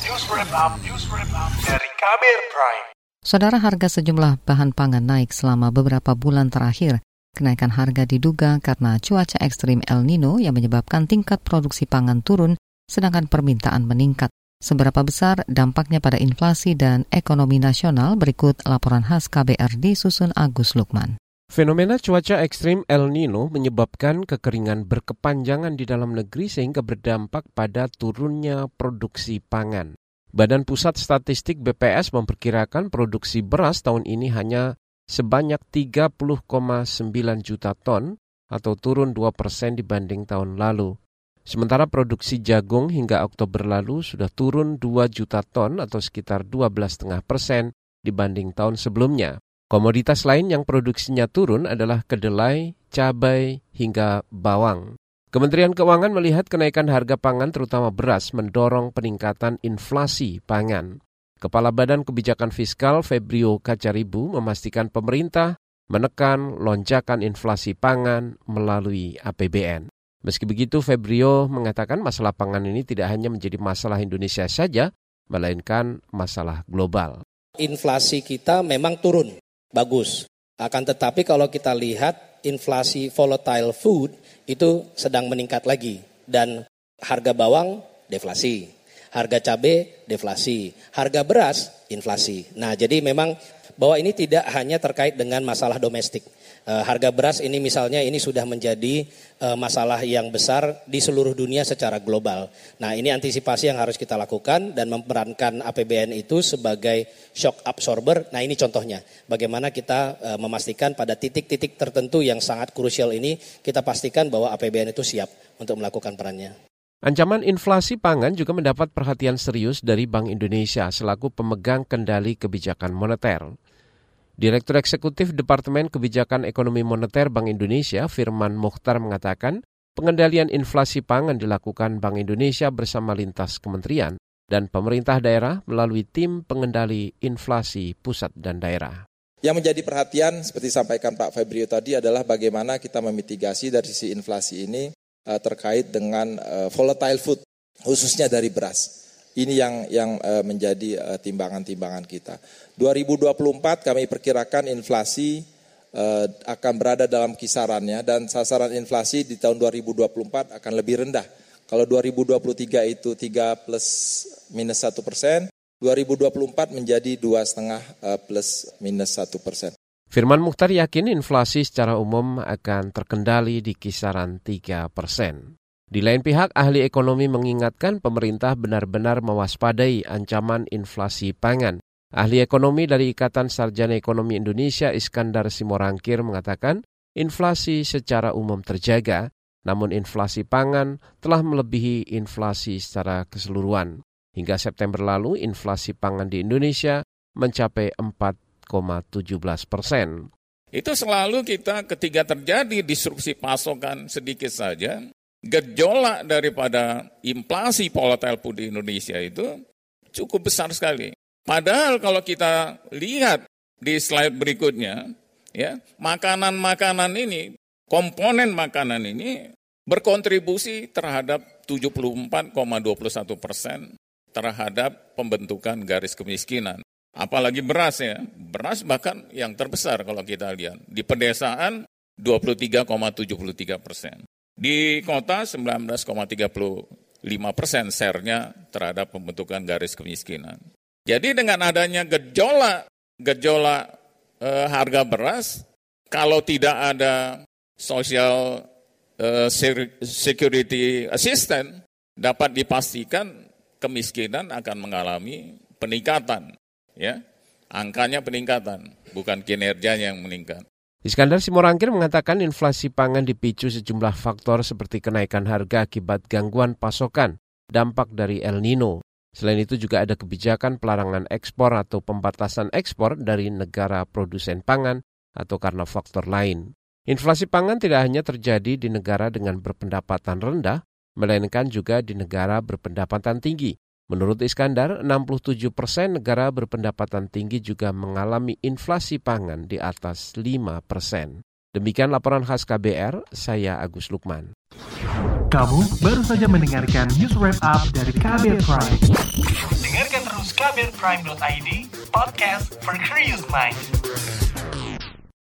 News Wrap Up dari KBR Prime. Saudara, harga sejumlah bahan pangan naik selama beberapa bulan terakhir. Kenaikan harga diduga karena cuaca ekstrim El Nino yang menyebabkan tingkat produksi pangan turun, sedangkan permintaan meningkat. Seberapa besar dampaknya pada inflasi dan ekonomi nasional? Berikut laporan khas KBR disusun Agus Lukman. Fenomena cuaca ekstrim El Nino menyebabkan kekeringan berkepanjangan di dalam negeri sehingga berdampak pada turunnya produksi pangan. Badan Pusat Statistik BPS memperkirakan produksi beras tahun ini hanya sebanyak 30,9 juta ton atau turun 2% dibanding tahun lalu. Sementara produksi jagung hingga Oktober lalu sudah turun 2 juta ton atau sekitar 12,5% dibanding tahun sebelumnya. Komoditas lain yang produksinya turun adalah kedelai, cabai, hingga bawang. Kementerian Keuangan melihat kenaikan harga pangan terutama beras mendorong peningkatan inflasi pangan. Kepala Badan Kebijakan Fiskal Febrio Kacaribu memastikan pemerintah menekan lonjakan inflasi pangan melalui APBN. Meski begitu, Febrio mengatakan masalah pangan ini tidak hanya menjadi masalah Indonesia saja, melainkan masalah global. Inflasi kita memang turun, bagus. Akan tetapi kalau kita lihat inflasi volatile food itu sedang meningkat lagi. Dan harga bawang deflasi, harga cabai deflasi, harga beras inflasi. Nah, jadi memang bahwa ini tidak hanya terkait dengan masalah domestik. Harga beras ini misalnya ini sudah menjadi masalah yang besar di seluruh dunia secara global. Nah, ini antisipasi yang harus kita lakukan dan memerankan APBN itu sebagai shock absorber. Nah, ini contohnya bagaimana kita memastikan pada titik-titik tertentu yang sangat krusial ini kita pastikan bahwa APBN itu siap untuk melakukan perannya. Ancaman inflasi pangan juga mendapat perhatian serius dari Bank Indonesia selaku pemegang kendali kebijakan moneter. Direktur Eksekutif Departemen Kebijakan Ekonomi Moneter Bank Indonesia, Firman Mukhtar mengatakan, pengendalian inflasi pangan dilakukan Bank Indonesia bersama lintas kementerian dan pemerintah daerah melalui tim pengendali inflasi pusat dan daerah. Yang menjadi perhatian seperti disampaikan Pak Febrio tadi adalah bagaimana kita memitigasi dari sisi inflasi ini terkait dengan volatile food, khususnya dari beras. Ini yang menjadi timbangan-timbangan kita. 2024 kami perkirakan inflasi akan berada dalam kisarannya dan sasaran inflasi di tahun 2024 akan lebih rendah. Kalau 2023 itu 3 plus minus 1%, 2024 menjadi 2,5 plus minus 1%. Firman Mukhtar yakin inflasi secara umum akan terkendali di kisaran 3%. Di lain pihak, ahli ekonomi mengingatkan pemerintah benar-benar mewaspadai ancaman inflasi pangan. Ahli ekonomi dari Ikatan Sarjana Ekonomi Indonesia Iskandar Simorangkir mengatakan inflasi secara umum terjaga, namun inflasi pangan telah melebihi inflasi secara keseluruhan. Hingga September lalu, inflasi pangan di Indonesia mencapai 4,17%. Itu selalu kita ketika terjadi disrupsi pasokan sedikit saja, gejolak daripada inflasi volatile food di Indonesia itu cukup besar sekali. Padahal kalau kita lihat di slide berikutnya, ya, makanan-makanan ini, komponen makanan ini berkontribusi terhadap 74,21% terhadap pembentukan garis kemiskinan. Apalagi beras ya, beras bahkan yang terbesar kalau kita lihat. Di pedesaan 23,73%. Di kota 19,35% share-nya terhadap pembentukan garis kemiskinan. Jadi dengan adanya gejolak harga beras, kalau tidak ada social security assistance, dapat dipastikan kemiskinan akan mengalami peningkatan. Ya, angkanya peningkatan, bukan kinerjanya yang meningkat. Iskandar Simorangkir mengatakan inflasi pangan dipicu sejumlah faktor seperti kenaikan harga akibat gangguan pasokan, dampak dari El Nino. Selain itu juga ada kebijakan pelarangan ekspor atau pembatasan ekspor dari negara produsen pangan atau karena faktor lain. Inflasi pangan tidak hanya terjadi di negara dengan berpendapatan rendah, melainkan juga di negara berpendapatan tinggi. Menurut Iskandar, 67% negara berpendapatan tinggi juga mengalami inflasi pangan di atas 5%. Demikian laporan khas KBR, saya Agus Lukman. Kamu baru saja mendengarkan News Wrap Up dari KBR Prime. KBRprime.id, podcast for curious mind.